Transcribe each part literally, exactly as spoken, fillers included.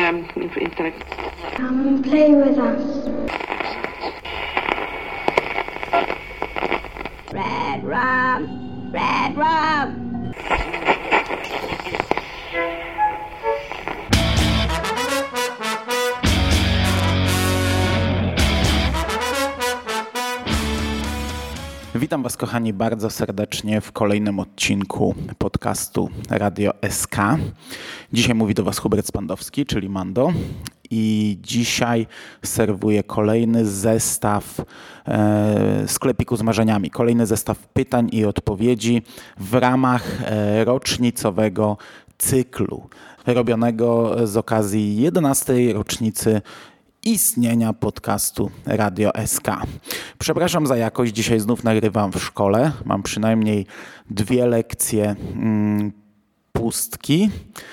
um, instead. Come and play with us. Red rum, red rum. Witam Was, kochani, bardzo serdecznie w kolejnym odcinku podcastu Radio S K. Dzisiaj mówi do Was Hubert Spandowski, czyli Mando. I dzisiaj serwuję kolejny zestaw e, sklepiku z marzeniami. Kolejny zestaw pytań i odpowiedzi w ramach e, rocznicowego cyklu robionego z okazji jedenastej rocznicy istnienia podcastu Radio S K. Przepraszam za jakość, dzisiaj znów nagrywam w szkole. Mam przynajmniej dwie lekcje mm, pustki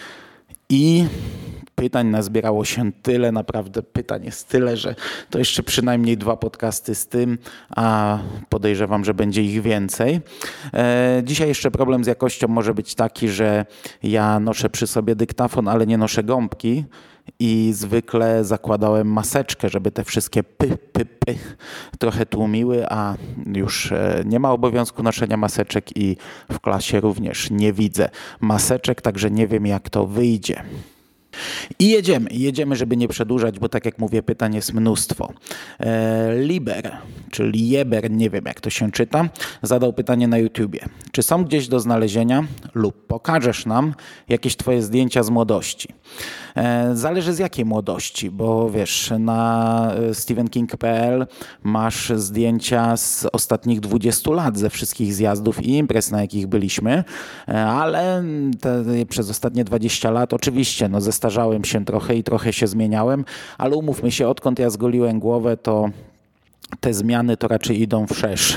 i pytań nazbierało się tyle, naprawdę pytań jest tyle, że to jeszcze przynajmniej dwa podcasty z tym, a podejrzewam, że będzie ich więcej. E, dzisiaj jeszcze problem z jakością może być taki, że ja noszę przy sobie dyktafon, ale nie noszę gąbki i zwykle zakładałem maseczkę, żeby te wszystkie py, py, py trochę tłumiły, a już nie ma obowiązku noszenia maseczek i w klasie również nie widzę maseczek, także nie wiem, jak to wyjdzie. I jedziemy, jedziemy, żeby nie przedłużać, bo tak jak mówię, pytań jest mnóstwo. E, Liber, czyli Jeber, nie wiem jak to się czyta, zadał pytanie na YouTubie. Czy są gdzieś do znalezienia lub pokażesz nam jakieś twoje zdjęcia z młodości? E, zależy z jakiej młodości, bo wiesz, na steven king kropka p l masz zdjęcia z ostatnich dwudziestu lat, ze wszystkich zjazdów i imprez, na jakich byliśmy, e, ale te, przez ostatnie dwadzieścia lat oczywiście, no ze Starzałem się trochę i trochę się zmieniałem, ale umówmy się, odkąd ja zgoliłem głowę, to te zmiany to raczej idą wszerz.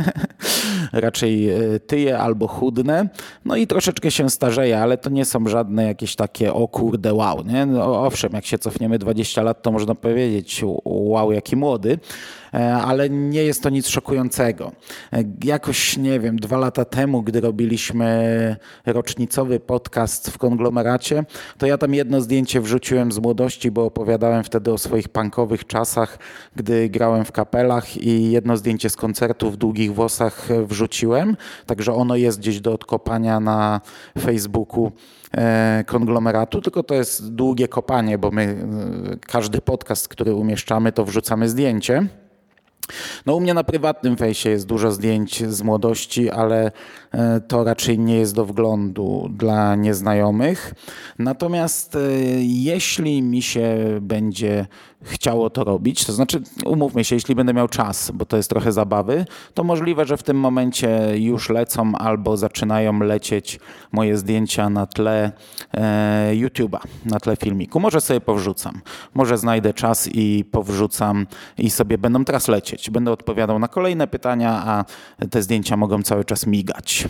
Raczej tyję albo chudnę, no i troszeczkę się starzeję, ale to nie są żadne jakieś takie o kurde wow, nie? No, owszem, jak się cofniemy dwadzieścia lat, to można powiedzieć wow, jaki młody, ale nie jest to nic szokującego. Jakoś, nie wiem, dwa lata temu, gdy robiliśmy rocznicowy podcast w konglomeracie, to ja tam jedno zdjęcie wrzuciłem z młodości, bo opowiadałem wtedy o swoich punkowych czasach, gdy grałem w kapelach i jedno zdjęcie z koncertu w długich włosach wrzuciłem, także ono jest gdzieś do odkopania na Facebooku konglomeratu, tylko to jest długie kopanie, bo my każdy podcast, który umieszczamy, to wrzucamy zdjęcie. No u mnie na prywatnym fejsie jest dużo zdjęć z młodości, ale to raczej nie jest do wglądu dla nieznajomych. Natomiast jeśli mi się będzie chciało to robić, to znaczy umówmy się, jeśli będę miał czas, bo to jest trochę zabawy, to możliwe, że w tym momencie już lecą albo zaczynają lecieć moje zdjęcia na tle e, YouTube'a, na tle filmiku. Może sobie powrzucam, może znajdę czas i powrzucam i sobie będą teraz lecieć. Będę odpowiadał na kolejne pytania, a te zdjęcia mogą cały czas migać.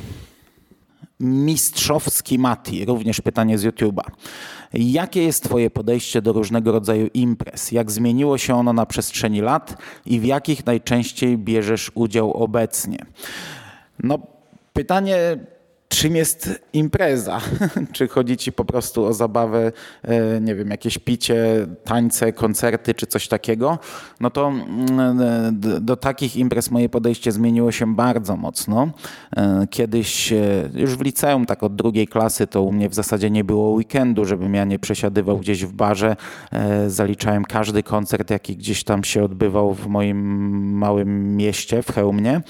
Mistrzowski Mati, również pytanie z YouTube'a. Jakie jest twoje podejście do różnego rodzaju imprez? Jak zmieniło się ono na przestrzeni lat i w jakich najczęściej bierzesz udział obecnie? No, pytanie, czym jest impreza? Czy chodzi ci po prostu o zabawę, nie wiem, jakieś picie, tańce, koncerty czy coś takiego? No to do takich imprez moje podejście zmieniło się bardzo mocno. Kiedyś już w liceum, tak od drugiej klasy, to u mnie w zasadzie nie było weekendu, żebym ja nie przesiadywał gdzieś w barze. Zaliczałem każdy koncert, jaki gdzieś tam się odbywał w moim małym mieście, w Chełmie.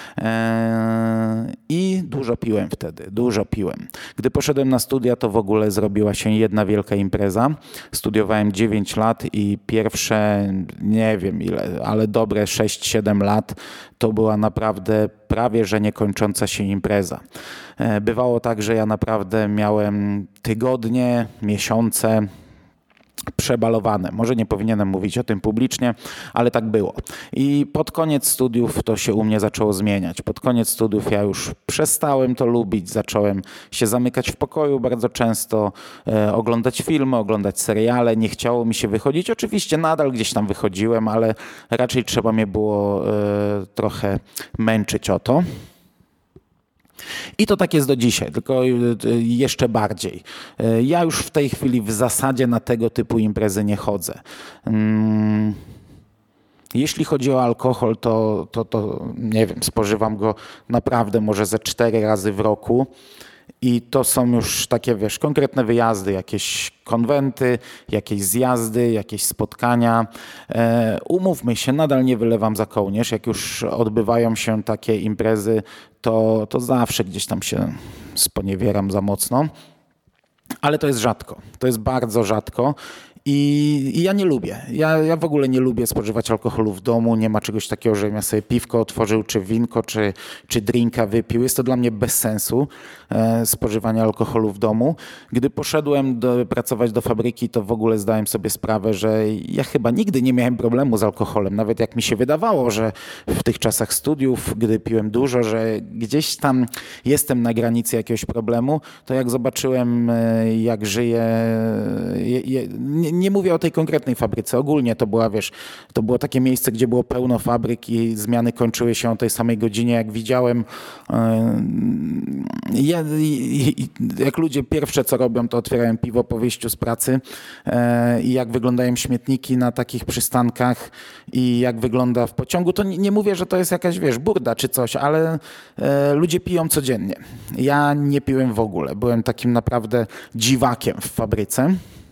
I dużo piłem wtedy. Dużo piłem. Gdy poszedłem na studia, to w ogóle zrobiła się jedna wielka impreza. Studiowałem dziewięć lat i pierwsze, nie wiem ile, ale dobre sześć siedem lat to była naprawdę prawie że niekończąca się impreza. Bywało tak, że ja naprawdę miałem tygodnie, miesiące przebalowane. Może nie powinienem mówić o tym publicznie, ale tak było. I pod koniec studiów to się u mnie zaczęło zmieniać. Pod koniec studiów ja już przestałem to lubić, zacząłem się zamykać w pokoju bardzo często, e, oglądać filmy, oglądać seriale. Nie chciało mi się wychodzić. Oczywiście nadal gdzieś tam wychodziłem, ale raczej trzeba mnie było e, trochę męczyć o to. I to tak jest do dzisiaj, tylko jeszcze bardziej. Ja już w tej chwili w zasadzie na tego typu imprezy nie chodzę. Jeśli chodzi o alkohol, to, to, to nie wiem, spożywam go naprawdę może ze cztery razy w roku. I to są już takie, wiesz, konkretne wyjazdy, jakieś konwenty, jakieś zjazdy, jakieś spotkania. E, umówmy się, nadal nie wylewam za kołnierz. Jak już odbywają się takie imprezy, to, to zawsze gdzieś tam się sponiewieram za mocno. Ale to jest rzadko. To jest bardzo rzadko. I, I ja nie lubię. Ja, ja w ogóle nie lubię spożywać alkoholu w domu. Nie ma czegoś takiego, żebym ja sobie piwko otworzył, czy winko, czy, czy drinka wypił. Jest to dla mnie bez sensu e, spożywanie alkoholu w domu. Gdy poszedłem do, pracować do fabryki, to w ogóle zdałem sobie sprawę, że ja chyba nigdy nie miałem problemu z alkoholem. Nawet jak mi się wydawało, że w tych czasach studiów, gdy piłem dużo, że gdzieś tam jestem na granicy jakiegoś problemu, to jak zobaczyłem, jak żyję, je, je, nie, nie mówię o tej konkretnej fabryce, ogólnie to była, wiesz, to było takie miejsce, gdzie było pełno fabryk i zmiany kończyły się o tej samej godzinie, jak widziałem. Ja, jak ludzie pierwsze co robią, to otwierają piwo po wyjściu z pracy i jak wyglądają śmietniki na takich przystankach i jak wygląda w pociągu, to nie, nie mówię, że to jest jakaś, wiesz, burda czy coś, ale ludzie piją codziennie. Ja nie piłem w ogóle, byłem takim naprawdę dziwakiem w fabryce.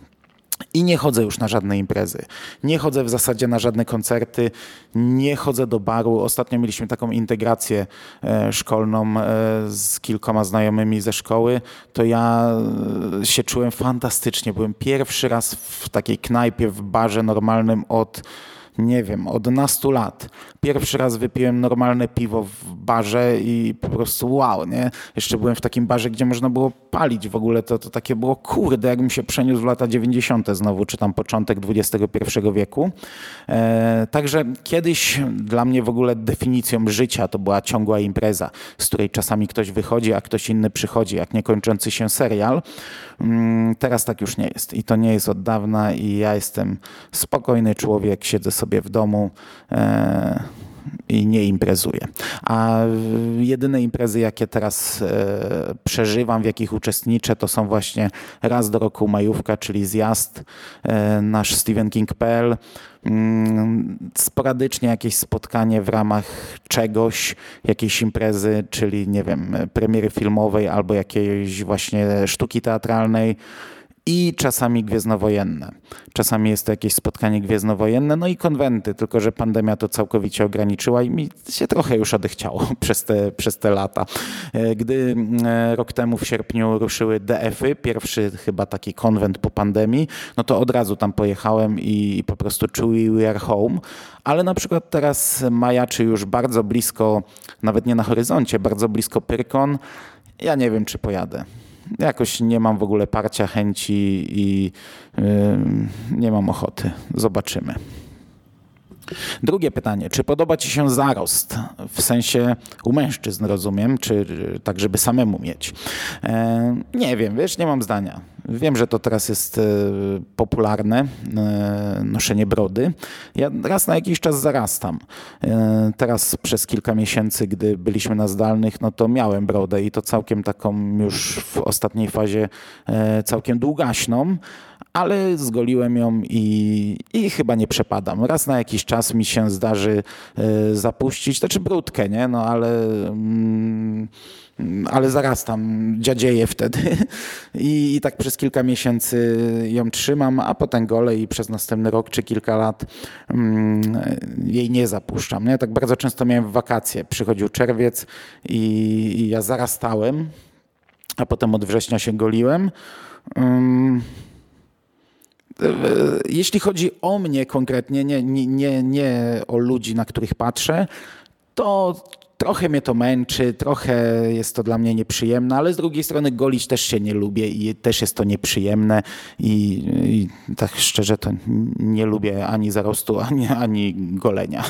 I nie chodzę już na żadne imprezy. Nie chodzę w zasadzie na żadne koncerty. Nie chodzę do baru. Ostatnio mieliśmy taką integrację e, szkolną e, z kilkoma znajomymi ze szkoły. To ja e, się czułem fantastycznie. Byłem pierwszy raz w takiej knajpie, w barze normalnym od, nie wiem, od nastu lat. Pierwszy raz wypiłem normalne piwo w barze i po prostu wow, nie? Jeszcze byłem w takim barze, gdzie można było palić w ogóle. To, to takie było kurde, jakbym się przeniósł w lata dziewięćdziesiąte znowu, czy tam początek dwudziestego pierwszego wieku. E, także kiedyś dla mnie w ogóle definicją życia to była ciągła impreza, z której czasami ktoś wychodzi, a ktoś inny przychodzi, jak niekończący się serial. Mm, teraz tak już nie jest i to nie jest od dawna i ja jestem spokojny człowiek, siedzę sobie w domu e, i nie imprezuję. A jedyne imprezy, jakie teraz e, przeżywam, w jakich uczestniczę, to są właśnie raz do roku majówka, czyli zjazd e, nasz Stephen King kropka p l. Sporadycznie jakieś spotkanie w ramach czegoś, jakiejś imprezy, czyli nie wiem, premiery filmowej albo jakiejś właśnie sztuki teatralnej. I czasami gwiezdnowojenne. Czasami jest to jakieś spotkanie gwiezdnowojenne, no i konwenty, tylko że pandemia to całkowicie ograniczyła i mi się trochę już odechciało przez te, przez te lata. Gdy rok temu w sierpniu ruszyły D F-y, pierwszy chyba taki konwent po pandemii, no to od razu tam pojechałem i po prostu czuły we are home. Ale na przykład teraz majaczy już bardzo blisko, nawet nie na horyzoncie, bardzo blisko Pyrkon. Ja nie wiem, czy pojadę. Jakoś nie mam w ogóle parcia, chęci i yy, nie mam ochoty. Zobaczymy. Drugie pytanie. Czy podoba ci się zarost? W sensie u mężczyzn, rozumiem, czy tak, żeby samemu mieć? E, nie wiem, wiesz, nie mam zdania. Wiem, że to teraz jest e, popularne, e, noszenie brody. Ja raz na jakiś czas zarastam. E, teraz przez kilka miesięcy, gdy byliśmy na zdalnych, no to miałem brodę i to całkiem taką już w ostatniej fazie e, całkiem długaśną. Ale zgoliłem ją i, i chyba nie przepadam. Raz na jakiś czas mi się zdarzy y, zapuścić, to czy brudkę, nie? No ale, mm, ale zarastam, dziadzieję wtedy I, i tak przez kilka miesięcy ją trzymam, a potem golę i przez następny rok czy kilka lat mm, jej nie zapuszczam. Nie? Tak bardzo często miałem w wakacje. Przychodził czerwiec i, i ja zarastałem, a potem od września się goliłem. Um, Jeśli chodzi o mnie konkretnie, nie, nie, nie, nie o ludzi, na których patrzę, to trochę mnie to męczy, trochę jest to dla mnie nieprzyjemne, ale z drugiej strony golić też się nie lubię i też jest to nieprzyjemne i, i tak szczerze to nie lubię ani zarostu, ani, ani golenia.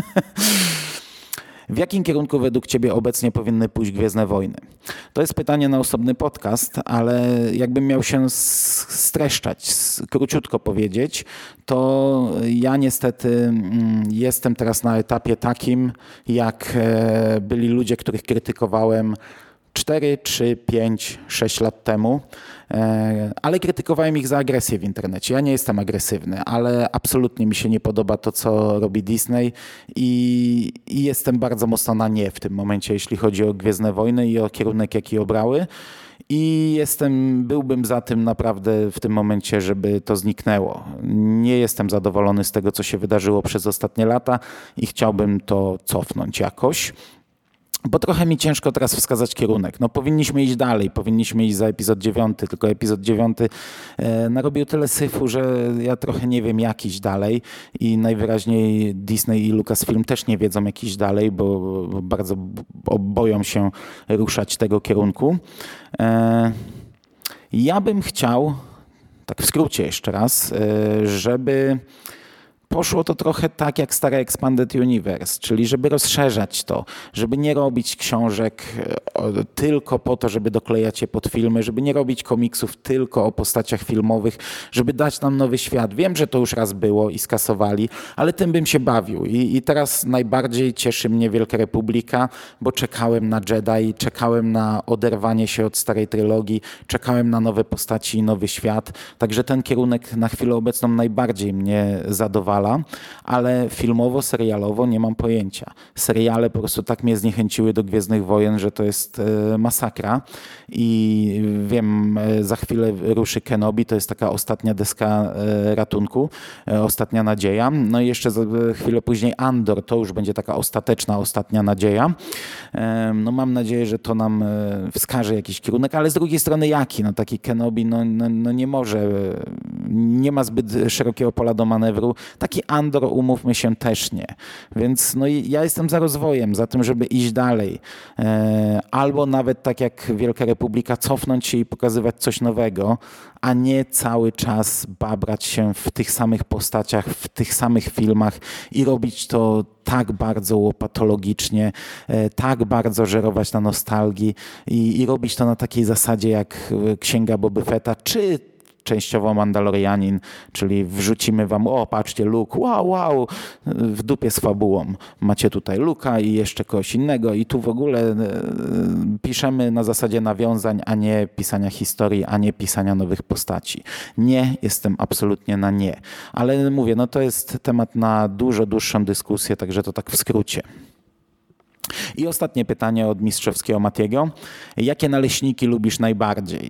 W jakim kierunku według ciebie obecnie powinny pójść Gwiezdne Wojny? To jest pytanie na osobny podcast, ale jakbym miał się streszczać, króciutko powiedzieć, to ja niestety jestem teraz na etapie takim, jak byli ludzie, których krytykowałem cztery, trzy, pięć, sześć lat temu, ale krytykowałem ich za agresję w internecie. Ja nie jestem agresywny, ale absolutnie mi się nie podoba to, co robi Disney i, i jestem bardzo mocno na nie w tym momencie, jeśli chodzi o Gwiezdne Wojny i o kierunek, jaki obrały. I jestem, byłbym za tym naprawdę w tym momencie, żeby to zniknęło. Nie jestem zadowolony z tego, co się wydarzyło przez ostatnie lata i chciałbym to cofnąć jakoś. Bo trochę mi ciężko teraz wskazać kierunek. No powinniśmy iść dalej, powinniśmy iść za epizod dziewiąty, tylko epizod dziewiąty e, narobił tyle syfu, że ja trochę nie wiem jak iść dalej i najwyraźniej Disney i Lucasfilm też nie wiedzą jak iść dalej, bo, bo bardzo boją się ruszać tego kierunku. E, ja bym chciał, tak w skrócie jeszcze raz, e, żeby poszło to trochę tak jak stare Expanded Universe, czyli żeby rozszerzać to, żeby nie robić książek tylko po to, żeby doklejać je pod filmy, żeby nie robić komiksów tylko o postaciach filmowych, żeby dać nam nowy świat. Wiem, że to już raz było i skasowali, ale tym bym się bawił. I, i teraz najbardziej cieszy mnie Wielka Republika, bo czekałem na Jedi, czekałem na oderwanie się od starej trylogii, czekałem na nowe postaci i nowy świat. Także ten kierunek na chwilę obecną najbardziej mnie zadowala. Ale filmowo, serialowo nie mam pojęcia. Seriale po prostu tak mnie zniechęciły do Gwiezdnych Wojen, że to jest e, masakra i wiem, e, za chwilę ruszy Kenobi, to jest taka ostatnia deska e, ratunku, e, ostatnia nadzieja. No i jeszcze za chwilę później Andor, to już będzie taka ostateczna, ostatnia nadzieja. E, no mam nadzieję, że to nam e, wskaże jakiś kierunek, ale z drugiej strony jaki? No taki Kenobi no, no, no nie może, nie ma zbyt szerokiego pola do manewru. Taki Andor, umówmy się, też nie. Więc no i ja jestem za rozwojem, za tym, żeby iść dalej. E, albo nawet tak jak Wielka Republika, cofnąć się i pokazywać coś nowego, a nie cały czas babrać się w tych samych postaciach, w tych samych filmach i robić to tak bardzo łopatologicznie, e, tak bardzo żerować na nostalgii i, i robić to na takiej zasadzie jak Księga Boba Fetta, czy częściowo Mandalorianin, czyli wrzucimy wam, o patrzcie, Luke, wow, wow, w dupie z fabułą. Macie tutaj Luke'a i jeszcze kogoś innego i tu w ogóle e, piszemy na zasadzie nawiązań, a nie pisania historii, a nie pisania nowych postaci. Nie, jestem absolutnie na nie. Ale mówię, no to jest temat na dużo dłuższą dyskusję, także to tak w skrócie. I ostatnie pytanie od mistrzowskiego Matiego. Jakie naleśniki lubisz najbardziej?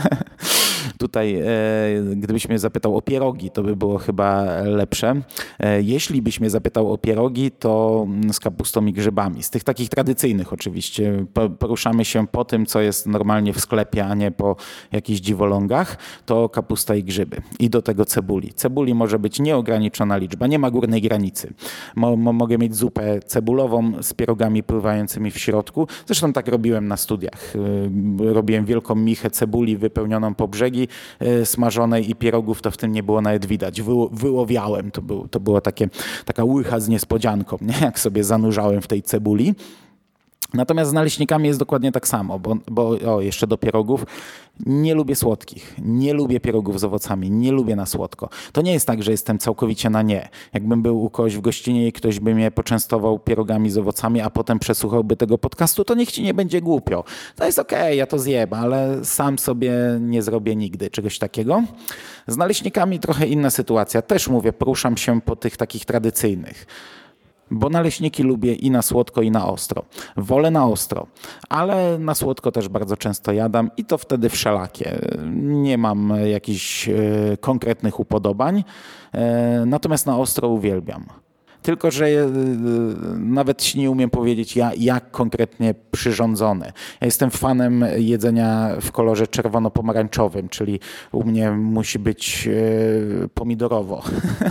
Tutaj, e, gdybyś mnie zapytał o pierogi, to by było chyba lepsze. E, jeśli byś mnie zapytał o pierogi, to z kapustą i grzybami. Z tych takich tradycyjnych oczywiście. Poruszamy się po tym, co jest normalnie w sklepie, a nie po jakichś dziwolągach. To kapusta i grzyby. I do tego cebuli. Cebuli może być nieograniczona liczba. Nie ma górnej granicy. Mo, mo, mogę mieć zupę cebulową z pierogami pływającymi w środku. Zresztą tak robiłem na studiach. E, robiłem wielką michę cebuli wypełnioną po brzegi, smażonej i pierogów, to w tym nie było nawet widać. Wy, wyłowiałem, to, był, to była takie, taka łycha z niespodzianką, nie? Jak sobie zanurzałem w tej cebuli. Natomiast z naleśnikami jest dokładnie tak samo, bo, bo o, jeszcze do pierogów. Nie lubię słodkich, nie lubię pierogów z owocami, nie lubię na słodko. To nie jest tak, że jestem całkowicie na nie. Jakbym był u kogoś w gościnie i ktoś by mnie poczęstował pierogami z owocami, a potem przesłuchałby tego podcastu, to niech ci nie będzie głupio. To jest okej, okay, ja to zjem, ale sam sobie nie zrobię nigdy czegoś takiego. Z naleśnikami trochę inna sytuacja. Też mówię, poruszam się po tych takich tradycyjnych. Bo naleśniki lubię i na słodko, i na ostro. Wolę na ostro, ale na słodko też bardzo często jadam i to wtedy wszelakie. Nie mam jakichś e, konkretnych upodobań, e, natomiast na ostro uwielbiam. Tylko że e, nawet nie umiem powiedzieć, ja, jak konkretnie przyrządzone. Ja jestem fanem jedzenia w kolorze czerwono-pomarańczowym, czyli u mnie musi być e, pomidorowo.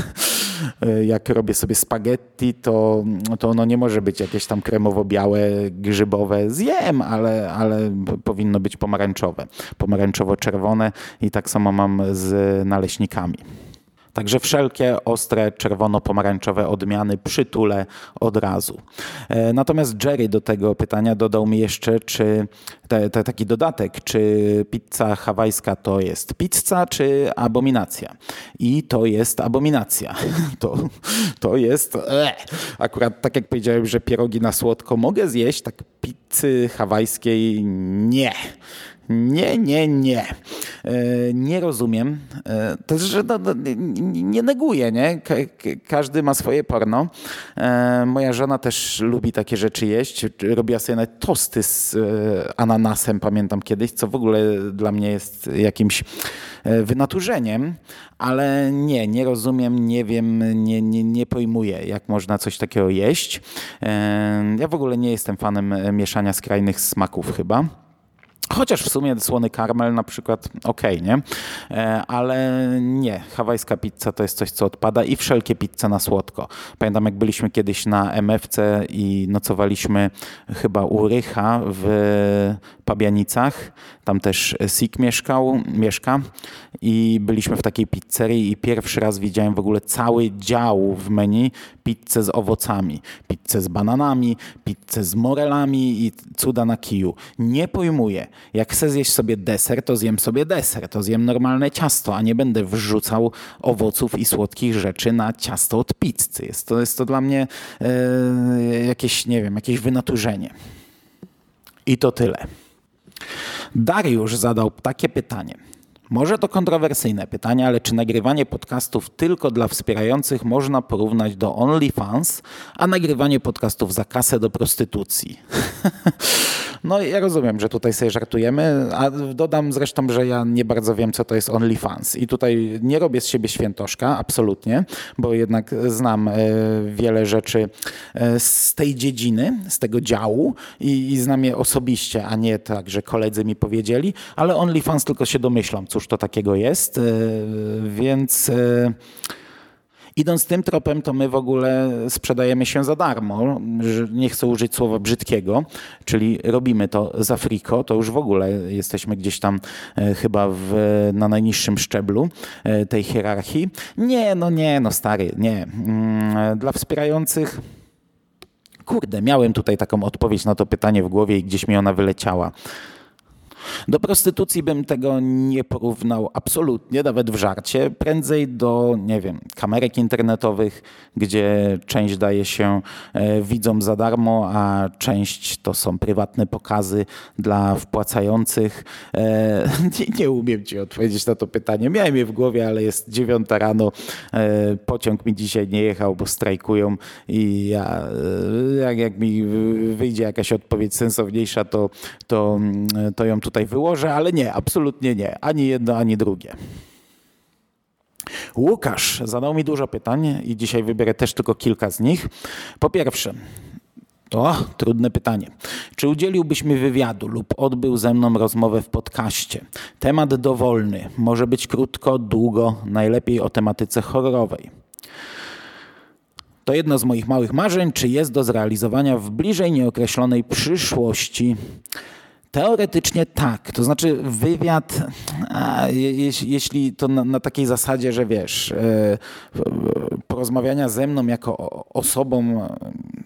Jak robię sobie spaghetti, to, to ono nie może być jakieś tam kremowo-białe, grzybowe. Zjem, ale, ale powinno być pomarańczowe. Pomarańczowo-czerwone i tak samo mam z naleśnikami. Także wszelkie ostre, czerwono-pomarańczowe odmiany przytulę od razu. Natomiast Jerry do tego pytania dodał mi jeszcze, czy te, te, taki dodatek, czy pizza hawajska to jest pizza, czy abominacja. I to jest abominacja. To, to jest... E. Akurat tak jak powiedziałem, że pierogi na słodko mogę zjeść, tak pizzy hawajskiej nie. Nie, nie, nie. Nie rozumiem. To że no, no, nie neguję, nie? Ka każdy ma swoje porno. Moja żona też lubi takie rzeczy jeść. Robiła sobie nawet tosty z ananasem, pamiętam kiedyś, co w ogóle dla mnie jest jakimś wynaturzeniem, ale nie, nie rozumiem, nie wiem, nie, nie, nie pojmuję, jak można coś takiego jeść. Ja w ogóle nie jestem fanem mieszania skrajnych smaków chyba. Chociaż w sumie słony karmel na przykład okej, okay, nie? Ale nie, hawajska pizza to jest coś, co odpada i wszelkie pizze na słodko. Pamiętam, jak byliśmy kiedyś na em ef ce i nocowaliśmy chyba u Rycha w Pabianicach. Tam też Sik mieszkał, mieszka i byliśmy w takiej pizzerii i pierwszy raz widziałem w ogóle cały dział w menu pizzę z owocami, pizzę z bananami, pizzę z morelami i cuda na kiju. Nie pojmuję. Jak chcę zjeść sobie deser, to zjem sobie deser, to zjem normalne ciasto, a nie będę wrzucał owoców i słodkich rzeczy na ciasto od pizzy. Jest to, jest to dla mnie e, jakieś, nie wiem, jakieś wynaturzenie. I to tyle. Dariusz zadał takie pytanie. Może to kontrowersyjne pytanie, ale czy nagrywanie podcastów tylko dla wspierających można porównać do OnlyFans, a nagrywanie podcastów za kasę do prostytucji? No ja rozumiem, że tutaj sobie żartujemy, a dodam zresztą, że ja nie bardzo wiem, co to jest OnlyFans. I tutaj nie robię z siebie świętoszka, absolutnie, bo jednak znam wiele rzeczy z tej dziedziny, z tego działu i, i znam je osobiście, a nie tak, że koledzy mi powiedzieli, ale OnlyFans tylko się domyślam, cóż to takiego jest, więc... Idąc tym tropem, to my w ogóle sprzedajemy się za darmo. Nie chcę użyć słowa brzydkiego, czyli robimy to za friko. To już w ogóle jesteśmy gdzieś tam chyba w, na najniższym szczeblu tej hierarchii. Nie, no nie, no stary, nie. Dla wspierających... Kurde, miałem tutaj taką odpowiedź na to pytanie w głowie i gdzieś mi ona wyleciała. Do prostytucji bym tego nie porównał absolutnie, nawet w żarcie. Prędzej do, nie wiem, kamerek internetowych, gdzie część daje się e, widzom za darmo, a część to są prywatne pokazy dla wpłacających. E, nie, nie umiem ci odpowiedzieć na to pytanie. Miałem je w głowie, ale jest dziewiąta rano. E, pociąg mi dzisiaj nie jechał, bo strajkują i ja, e, jak, jak mi wyjdzie jakaś odpowiedź sensowniejsza, to, to, to ją tutaj wyłożę, ale nie, absolutnie nie. Ani jedno, ani drugie. Łukasz zadał mi dużo pytań i dzisiaj wybiorę też tylko kilka z nich. Po pierwsze, o, trudne pytanie. Czy udzieliłbyś mi wywiadu lub odbył ze mną rozmowę w podcaście? Temat dowolny. Może być krótko, długo, najlepiej o tematyce horrorowej. To jedno z moich małych marzeń. Czy jest do zrealizowania w bliżej nieokreślonej przyszłości? Teoretycznie tak, to znaczy wywiad, a, je, jeśli to na, na takiej zasadzie, że wiesz, e, porozmawiania ze mną jako osobą e,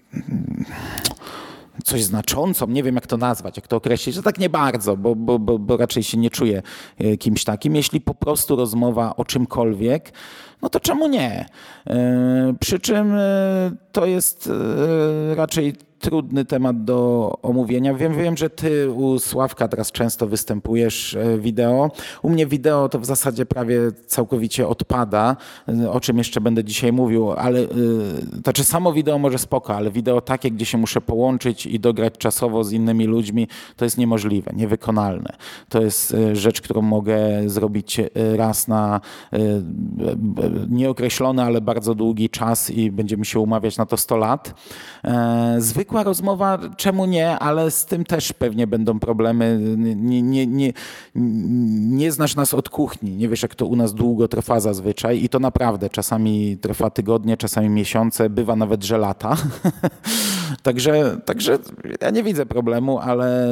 coś znaczącą, nie wiem jak to nazwać, jak to określić, to tak nie bardzo, bo, bo, bo, bo raczej się nie czuję kimś takim. Jeśli po prostu rozmowa o czymkolwiek, no to czemu nie? E, przy czym e, to jest e, raczej trudny temat do omówienia. Wiem, wiem, że ty u Sławka teraz często występujesz wideo. U mnie wideo to w zasadzie prawie całkowicie odpada, o czym jeszcze będę dzisiaj mówił, ale to znaczy samo wideo może spoko, ale wideo takie, gdzie się muszę połączyć i dograć czasowo z innymi ludźmi, to jest niemożliwe, niewykonalne. To jest rzecz, którą mogę zrobić raz na nieokreślony, ale bardzo długi czas i będziemy się umawiać na to sto lat. Zwykła rozmowa, czemu nie, ale z tym też pewnie będą problemy. Nie, nie, nie, nie znasz nas od kuchni, nie wiesz jak to u nas długo trwa zazwyczaj i to naprawdę czasami trwa tygodnie, czasami miesiące, bywa nawet, że lata. Także, także ja nie widzę problemu, ale,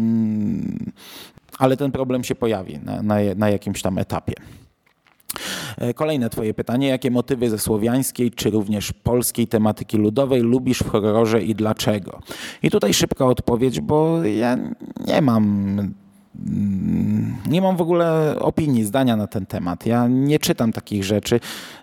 ale ten problem się pojawi na, na, na jakimś tam etapie. Kolejne twoje pytanie. Jakie motywy ze słowiańskiej czy również polskiej tematyki ludowej lubisz w horrorze i dlaczego? I tutaj szybka odpowiedź, bo ja nie mam... Nie mam w ogóle opinii, zdania na ten temat. Ja nie czytam takich rzeczy.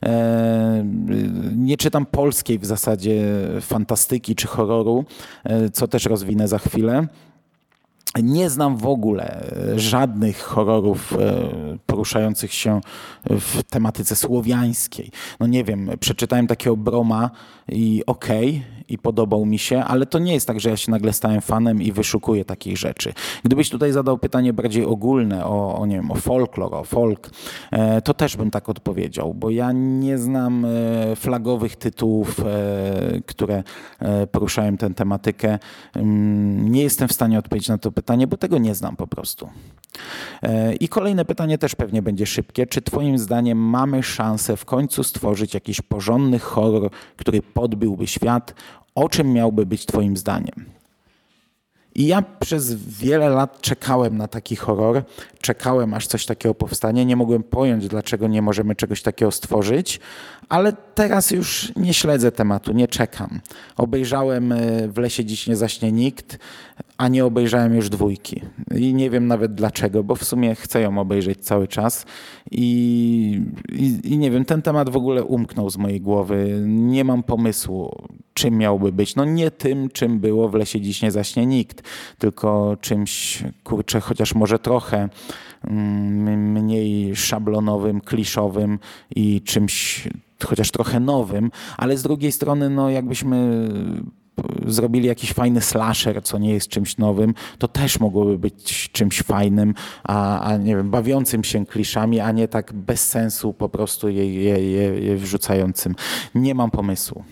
Nie czytam polskiej w zasadzie fantastyki czy horroru, co też rozwinę za chwilę. Nie znam w ogóle żadnych horrorów poruszających się w tematyce słowiańskiej. No nie wiem, przeczytałem takiego Broma i okej, okay, i podobał mi się, ale to nie jest tak, że ja się nagle stałem fanem i wyszukuję takich rzeczy. Gdybyś tutaj zadał pytanie bardziej ogólne o, o nie wiem, o folklor, o folk, to też bym tak odpowiedział, bo ja nie znam flagowych tytułów, które poruszają tę tematykę. Nie jestem w stanie odpowiedzieć na to pytanie, bo tego nie znam po prostu. I kolejne pytanie też pewnie będzie szybkie. Czy twoim zdaniem mamy szansę w końcu stworzyć jakiś porządny horror, który podbiłby świat? O czym miałby być twoim zdaniem? I ja przez wiele lat czekałem na taki horror, czekałem aż coś takiego powstanie, nie mogłem pojąć, dlaczego nie możemy czegoś takiego stworzyć, ale teraz już nie śledzę tematu, nie czekam. Obejrzałem W lesie dziś nie zaśnie nikt, a nie obejrzałem już dwójki. I nie wiem nawet dlaczego, bo w sumie chcę ją obejrzeć cały czas i, i, i nie wiem, ten temat w ogóle umknął z mojej głowy. Nie mam pomysłu, czym miałby być. No nie tym, czym było W lesie dziś nie zaśnie nikt, tylko czymś, kurczę, chociaż może trochę mniej szablonowym, kliszowym i czymś chociaż trochę nowym, ale z drugiej strony, no jakbyśmy zrobili jakiś fajny slasher, co nie jest czymś nowym, to też mogłoby być czymś fajnym, a, a nie wiem, bawiącym się kliszami, a nie tak bez sensu po prostu je, je, je, je wrzucającym. Nie mam pomysłu.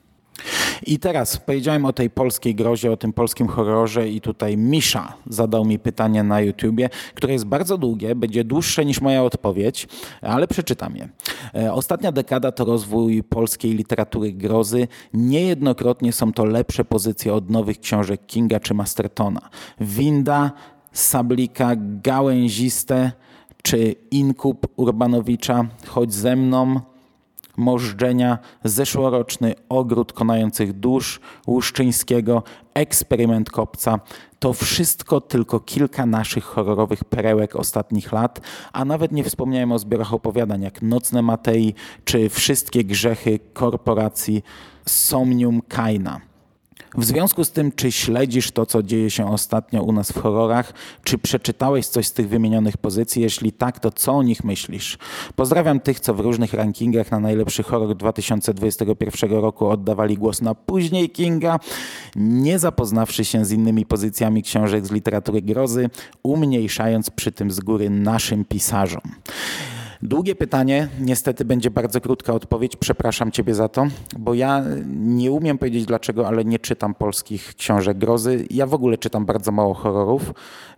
I teraz powiedziałem o tej polskiej grozie, o tym polskim horrorze i tutaj Misza zadał mi pytanie na YouTubie, które jest bardzo długie, będzie dłuższe niż moja odpowiedź, ale przeczytam je. Ostatnia dekada to rozwój polskiej literatury grozy. Niejednokrotnie są to lepsze pozycje od nowych książek Kinga czy Mastertona. Winda, Sablika, Gałęziste czy Inkub Urbanowicza, Chodź ze mną, Możdżenia, zeszłoroczny Ogród konających dusz Łuszczyńskiego, Eksperyment Kopca. To wszystko tylko kilka naszych horrorowych perełek ostatnich lat, a nawet nie wspomniałem o zbiorach opowiadań jak Nocne Matei czy Wszystkie grzechy korporacji Somnium Kaina. W związku z tym, czy śledzisz to, co dzieje się ostatnio u nas w horrorach? Czy przeczytałeś coś z tych wymienionych pozycji? Jeśli tak, to co o nich myślisz? Pozdrawiam tych, co w różnych rankingach na najlepszy horror dwa tysiące dwudziestego pierwszego roku oddawali głos na później Kinga, nie zapoznawszy się z innymi pozycjami książek z literatury grozy, umniejszając przy tym z góry naszym pisarzom. Długie pytanie, niestety będzie bardzo krótka odpowiedź, przepraszam ciebie za to, bo ja nie umiem powiedzieć dlaczego, ale nie czytam polskich książek grozy. Ja w ogóle czytam bardzo mało horrorów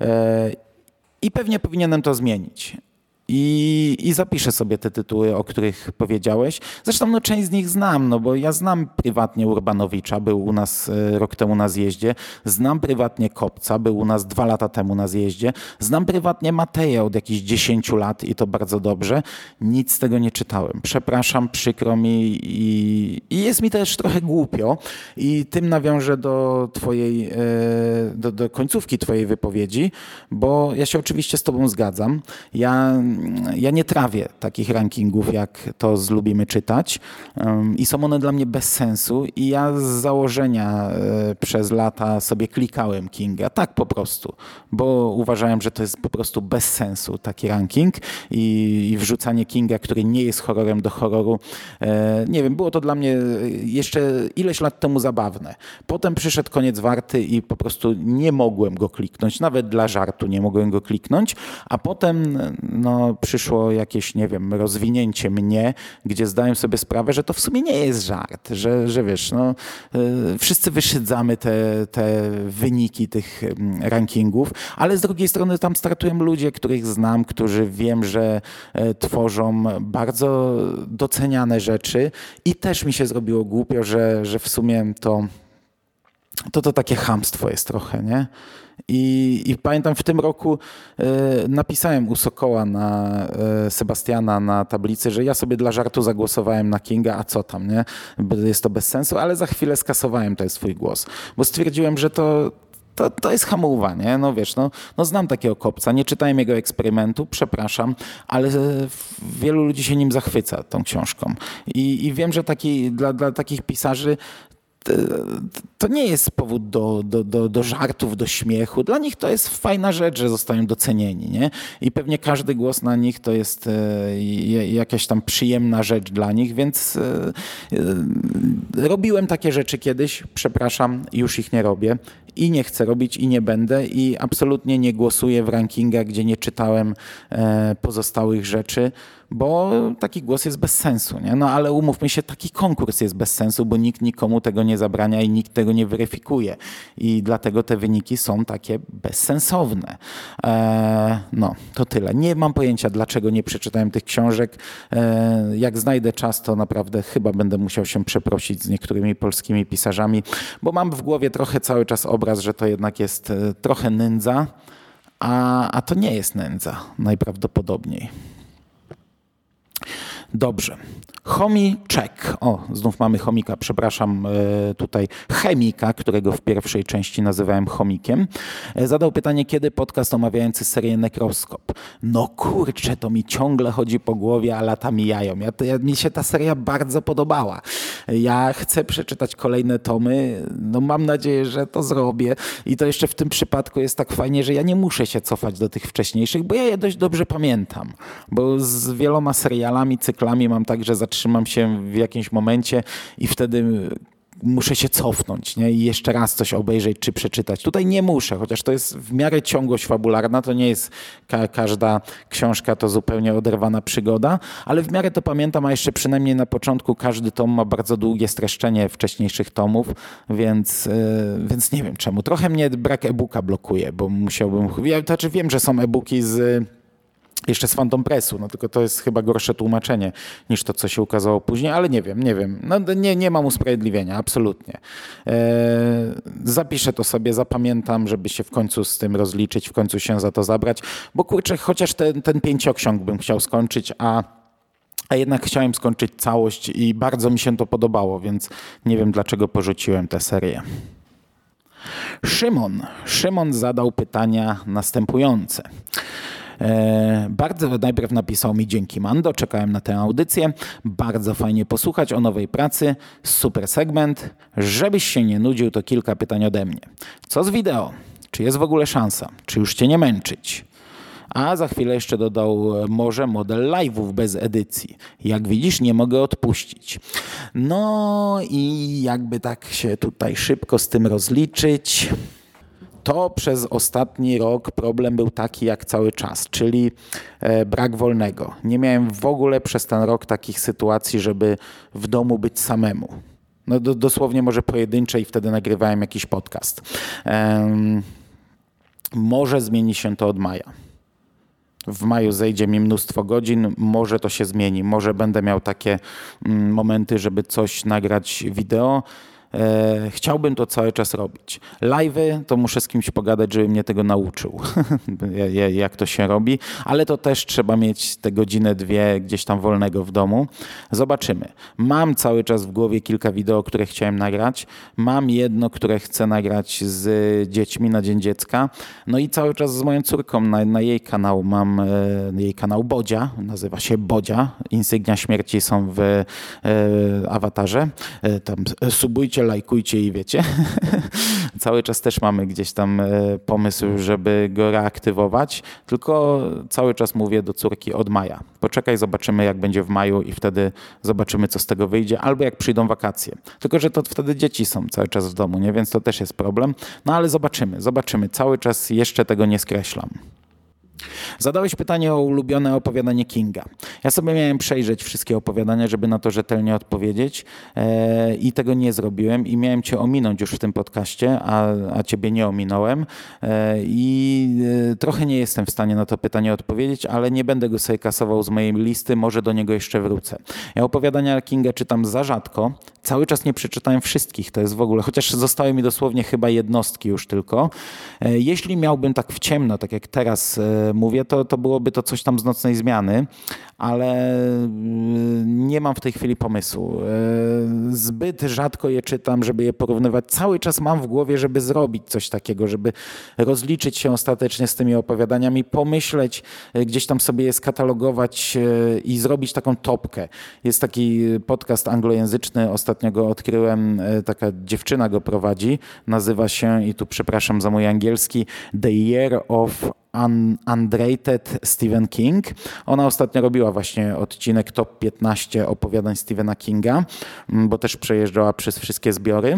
i pewnie powinienem to zmienić. I, I zapiszę sobie te tytuły, o których powiedziałeś. Zresztą no, część z nich znam, no bo ja znam prywatnie Urbanowicza, był u nas rok temu na zjeździe. Znam prywatnie Kopca, był u nas dwa lata temu na zjeździe. Znam prywatnie Mateja od jakichś dziesięciu lat i to bardzo dobrze. Nic z tego nie czytałem. Przepraszam, przykro mi i, i jest mi też trochę głupio. I tym nawiążę do twojej, do, do końcówki twojej wypowiedzi, bo ja się oczywiście z tobą zgadzam. Ja Ja nie trawię takich rankingów, jak to z Lubimy Czytać i są one dla mnie bez sensu i ja z założenia przez lata sobie klikałem Kinga, tak po prostu, bo uważałem, że to jest po prostu bez sensu taki ranking i, i wrzucanie Kinga, który nie jest horrorem do horroru, nie wiem, było to dla mnie jeszcze ileś lat temu zabawne. Potem przyszedł Koniec Warty i po prostu nie mogłem go kliknąć, nawet dla żartu nie mogłem go kliknąć, a potem no przyszło jakieś, nie wiem, rozwinięcie mnie, gdzie zdałem sobie sprawę, że to w sumie nie jest żart, że, że wiesz, no, yy, wszyscy wyszydzamy te, te wyniki tych rankingów, ale z drugiej strony tam startują ludzie, których znam, którzy wiem, że y, tworzą bardzo doceniane rzeczy i też mi się zrobiło głupio, że, że w sumie to to to takie chamstwo jest trochę, nie? I, i pamiętam w tym roku e, napisałem u Sokoła na e, Sebastiana na tablicy, że ja sobie dla żartu zagłosowałem na Kinga, a co tam, nie? Jest to bez sensu, ale za chwilę skasowałem ten swój głos, bo stwierdziłem, że to To, to jest hamuwa, nie? No wiesz, no, no znam takiego kopca, nie czytałem jego eksperymentu, przepraszam, ale wielu ludzi się nim zachwyca, tą książką. I, i wiem, że taki, dla, dla takich pisarzy to nie jest powód do, do, do, do żartów, do śmiechu. Dla nich to jest fajna rzecz, że zostają docenieni, nie? I pewnie każdy głos na nich to jest jakaś tam przyjemna rzecz dla nich, więc robiłem takie rzeczy kiedyś, przepraszam, już ich nie robię i nie chcę robić i nie będę i absolutnie nie głosuję w rankingach, gdzie nie czytałem pozostałych rzeczy, bo taki głos jest bez sensu, nie? No ale umówmy się, taki konkurs jest bez sensu, bo nikt nikomu tego nie zabrania i nikt tego nie weryfikuje. I dlatego te wyniki są takie bezsensowne. Eee, no, to tyle. Nie mam pojęcia, dlaczego nie przeczytałem tych książek. Eee, jak znajdę czas, to naprawdę chyba będę musiał się przeprosić z niektórymi polskimi pisarzami, bo mam w głowie trochę cały czas obraz, że to jednak jest e, trochę nędza, a, a to nie jest nędza najprawdopodobniej. Dobrze. Chomiczek. O, znów mamy chomika, przepraszam, tutaj chemika, którego w pierwszej części nazywałem chomikiem. Zadał pytanie, kiedy podcast omawiający serię Nekroskop. No kurczę, to mi ciągle chodzi po głowie, a lata mijają. Ja, to, ja, mi się ta seria bardzo podobała. Ja chcę przeczytać kolejne tomy. No mam nadzieję, że to zrobię. I to jeszcze w tym przypadku jest tak fajnie, że ja nie muszę się cofać do tych wcześniejszych, bo ja je dość dobrze pamiętam. Bo z wieloma serialami, cyklami mam tak, że zatrzymam się w jakimś momencie i wtedy muszę się cofnąć, nie? I jeszcze raz coś obejrzeć czy przeczytać. Tutaj nie muszę, chociaż to jest w miarę ciągłość fabularna, to nie jest ka- każda książka to zupełnie oderwana przygoda, ale w miarę to pamiętam, a jeszcze przynajmniej na początku każdy tom ma bardzo długie streszczenie wcześniejszych tomów, więc, yy, więc nie wiem czemu. Trochę mnie brak e-booka blokuje, bo musiałbym... Ja, znaczy wiem, że są e-booki z... Jeszcze z Phantom Pressu, no tylko to jest chyba gorsze tłumaczenie niż to, co się ukazało później, ale nie wiem, nie wiem. No nie, nie mam usprawiedliwienia, absolutnie. Eee, zapiszę to sobie, zapamiętam, żeby się w końcu z tym rozliczyć, w końcu się za to zabrać, bo kurczę, chociaż ten, ten pięcioksiąg bym chciał skończyć, a a jednak chciałem skończyć całość i bardzo mi się to podobało, więc nie wiem, dlaczego porzuciłem tę serię. Szymon. Szymon zadał pytania następujące. E, bardzo najpierw napisał mi dzięki Mando, czekałem na tę audycję, bardzo fajnie posłuchać o nowej pracy, super segment, żebyś się nie nudził, to kilka pytań ode mnie. Co z wideo? Czy jest w ogóle szansa? Czy już cię nie męczyć? A za chwilę jeszcze dodał może model live'ów bez edycji. Jak widzisz, nie mogę odpuścić. No i jakby tak się tutaj szybko z tym rozliczyć... To przez ostatni rok problem był taki jak cały czas, czyli e, brak wolnego. Nie miałem w ogóle przez ten rok takich sytuacji, żeby w domu być samemu. No do, dosłownie może pojedyncze i wtedy nagrywałem jakiś podcast. Ehm, może zmieni się to od maja. W maju zejdzie mi mnóstwo godzin, może to się zmieni, może będę miał takie mm, momenty, żeby coś nagrać wideo. E, chciałbym to cały czas robić. Live'y to muszę z kimś pogadać, żeby mnie tego nauczył, jak to się robi, ale to też trzeba mieć te godzinę, dwie gdzieś tam wolnego w domu. Zobaczymy. Mam cały czas w głowie kilka wideo, które chciałem nagrać. Mam jedno, które chcę nagrać z dziećmi na Dzień Dziecka. No i cały czas z moją córką na, na jej kanał mam e, jej kanał Bodzia, nazywa się Bodzia. Insygnia śmierci są w e, awatarze. E, tam subujcie, lajkujcie i wiecie. Cały czas też mamy gdzieś tam pomysł, żeby go reaktywować, tylko cały czas mówię do córki od maja. Poczekaj, zobaczymy jak będzie w maju i wtedy zobaczymy co z tego wyjdzie, albo jak przyjdą wakacje. Tylko że to wtedy dzieci są cały czas w domu, nie? Więc to też jest problem. No ale zobaczymy, zobaczymy. Cały czas jeszcze tego nie skreślam. Zadałeś pytanie o ulubione opowiadanie Kinga. Ja sobie miałem przejrzeć wszystkie opowiadania, żeby na to rzetelnie odpowiedzieć e, i tego nie zrobiłem i miałem cię ominąć już w tym podcaście, a, a ciebie nie ominąłem e, i e, trochę nie jestem w stanie na to pytanie odpowiedzieć, ale nie będę go sobie kasował z mojej listy, może do niego jeszcze wrócę. Ja opowiadania Kinga czytam za rzadko, cały czas nie przeczytałem wszystkich, to jest w ogóle, chociaż zostały mi dosłownie chyba jednostki już tylko. E, jeśli miałbym tak w ciemno, tak jak teraz e, mówię, to, to byłoby to coś tam z Nocnej Zmiany, ale nie mam w tej chwili pomysłu. Zbyt rzadko je czytam, żeby je porównywać. Cały czas mam w głowie, żeby zrobić coś takiego, żeby rozliczyć się ostatecznie z tymi opowiadaniami, pomyśleć, gdzieś tam sobie je skatalogować i zrobić taką topkę. Jest taki podcast anglojęzyczny, ostatnio go odkryłem, taka dziewczyna go prowadzi, nazywa się, i tu przepraszam za mój angielski, The Year of Un- Unrated Stephen King. Ona ostatnio robiła właśnie odcinek top piętnaście opowiadań Stephena Kinga, bo też przejeżdżała przez wszystkie zbiory.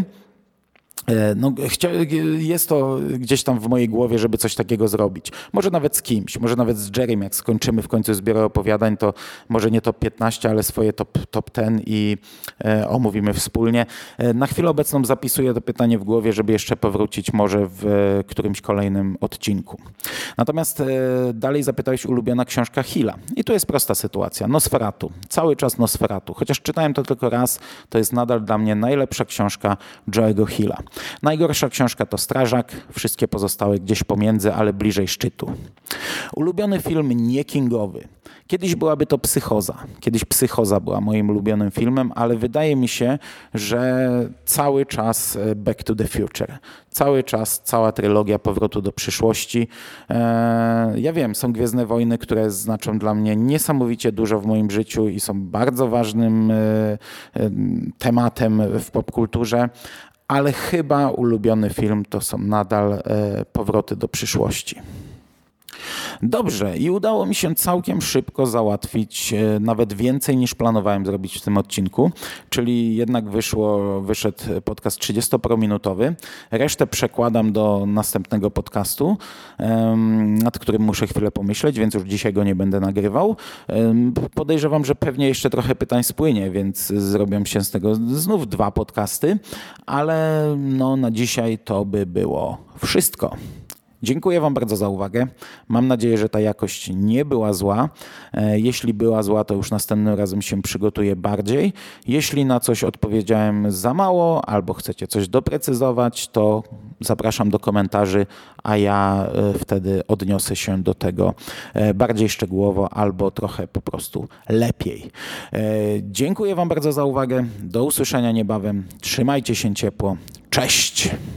No, jest to gdzieś tam w mojej głowie, żeby coś takiego zrobić. Może nawet z kimś, może nawet z Jerrym, jak skończymy w końcu zbiory opowiadań, to może nie top piętnaście, ale swoje top, top dziesięć i e, omówimy wspólnie. E, na chwilę obecną zapisuję to pytanie w głowie, żeby jeszcze powrócić może w e, którymś kolejnym odcinku. Natomiast e, dalej zapytałeś ulubiona książka Hilla. I tu jest prosta sytuacja. Nosferatu. Cały czas Nosferatu. Chociaż czytałem to tylko raz, to jest nadal dla mnie najlepsza książka Joe'ego Hilla. Najgorsza książka to Strażak, wszystkie pozostałe gdzieś pomiędzy, ale bliżej szczytu. Ulubiony film nie kingowy. Kiedyś byłaby to Psychoza. Kiedyś Psychoza była moim ulubionym filmem, ale wydaje mi się, że cały czas Back to the Future. Cały czas, cała trylogia Powrotu do przyszłości. Ja wiem, są Gwiezdne Wojny, które znaczą dla mnie niesamowicie dużo w moim życiu i są bardzo ważnym tematem w popkulturze, ale chyba ulubiony film to są nadal e, Powroty do przyszłości. Dobrze, i udało mi się całkiem szybko załatwić e, nawet więcej niż planowałem zrobić w tym odcinku, czyli jednak wyszło, wyszedł podcast trzydziestoparominutowy. Resztę przekładam do następnego podcastu, e, nad którym muszę chwilę pomyśleć, więc już dzisiaj go nie będę nagrywał. E, podejrzewam, że pewnie jeszcze trochę pytań spłynie, więc zrobią się z tego znów dwa podcasty, ale no, na dzisiaj to by było wszystko. Dziękuję Wam bardzo za uwagę. Mam nadzieję, że ta jakość nie była zła. Jeśli była zła, to już następnym razem się przygotuję bardziej. Jeśli na coś odpowiedziałem za mało albo chcecie coś doprecyzować, to zapraszam do komentarzy, a ja wtedy odniosę się do tego bardziej szczegółowo albo trochę po prostu lepiej. Dziękuję Wam bardzo za uwagę. Do usłyszenia niebawem. Trzymajcie się ciepło. Cześć!